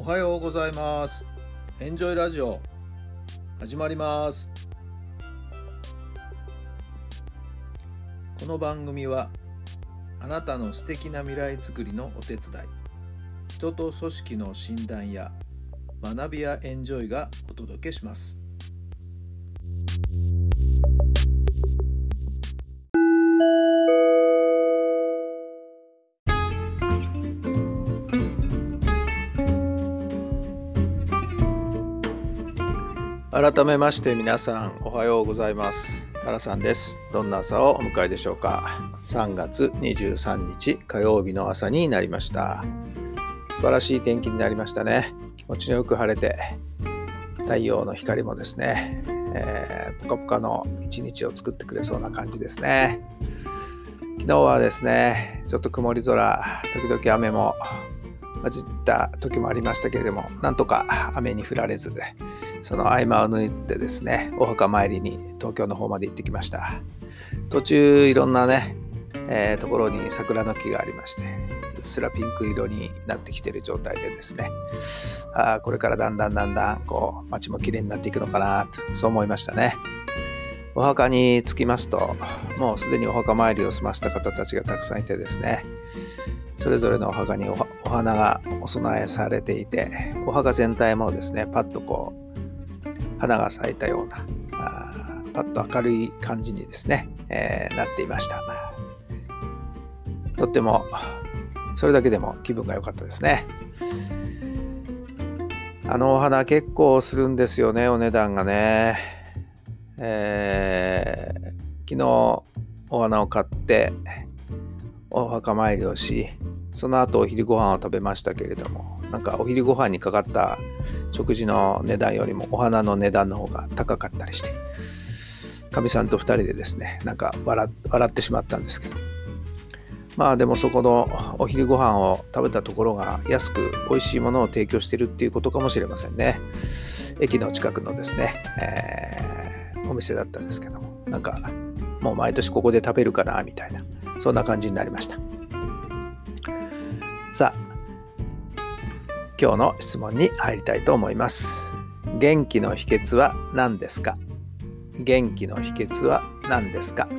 おはようございます。エンジョイラジオ始まります。この番組はあなたの素敵な未来づくりのお手伝い、人と組織の診断や学びやエンジョイがお届けします。改めまして皆さんおはようございます。タラさんです。どんな朝をお迎えでしょうか。3月23日火曜日の朝になりました。素晴らしい天気になりましたね。気持ちよく晴れて太陽の光もですね、ポカポカの一日を作ってくれそうな感じですね。昨日はですね、ちょっと曇り空、時々雨も混じった時もありましたけれども、なんとか雨に降られず、その合間を縫ってですね、お墓参りに東京の方まで行ってきました。途中いろんなね、ところに桜の木がありまして、うっすらピンク色になってきている状態でですね、これからだんだんこう街も綺麗になっていくのかなと、そう思いましたね。お墓に着きますと、もうすでにお墓参りを済ませた方たちがたくさんいてですね、それぞれのお墓に お花がお供えされていて、お墓全体もですね、パッとこう花が咲いたような、パッと明るい感じにですね、なっていました。とってもそれだけでも気分が良かったですね。お花結構するんですよね、お値段がね。昨日お花を買ってお墓参りをし、その後お昼ご飯を食べましたけれども、なんかお昼ご飯にかかった食事の値段よりもお花の値段の方が高かったりして、かみさんと2人でですね、なんか笑ってしまったんですけど、まあでもそこのお昼ご飯を食べたところが安く美味しいものを提供しているっていうことかもしれませんね。駅の近くのですね、お店だったんですけども、なんかもう毎年ここで食べるかなみたいな、そんな感じになりました。さあ、今日の質問に入りたいと思います。元気の秘訣は何ですか？元気の秘訣は何ですか？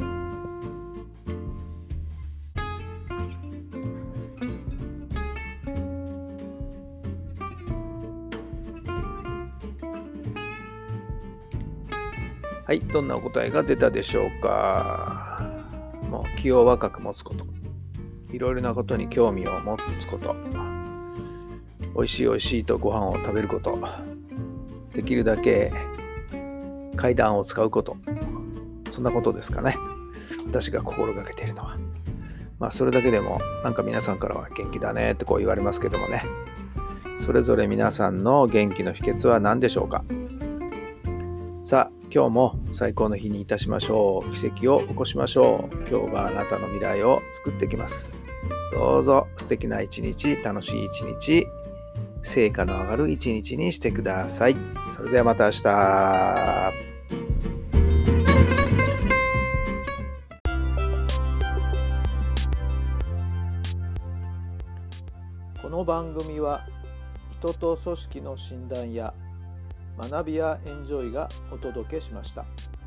はい、どんなお答えが出たでしょうか。もう気を若く持つこと、いろいろなことに興味を持つこと、美味しいとご飯を食べること、できるだけ階段を使うこと、そんなことですかね。私が心がけているのは。まあそれだけでもなんか皆さんからは元気だねってこう言われますけどもね。それぞれ皆さんの元気の秘訣は何でしょうか。さあ、今日も最高の日にいたしましょう。奇跡を起こしましょう。今日があなたの未来を作ってきます。どうぞ素敵な一日、楽しい一日、成果の上がる一日にしてください。それではまた明日。この番組は人と組織の診断や学びやエンジョイがお届けしました。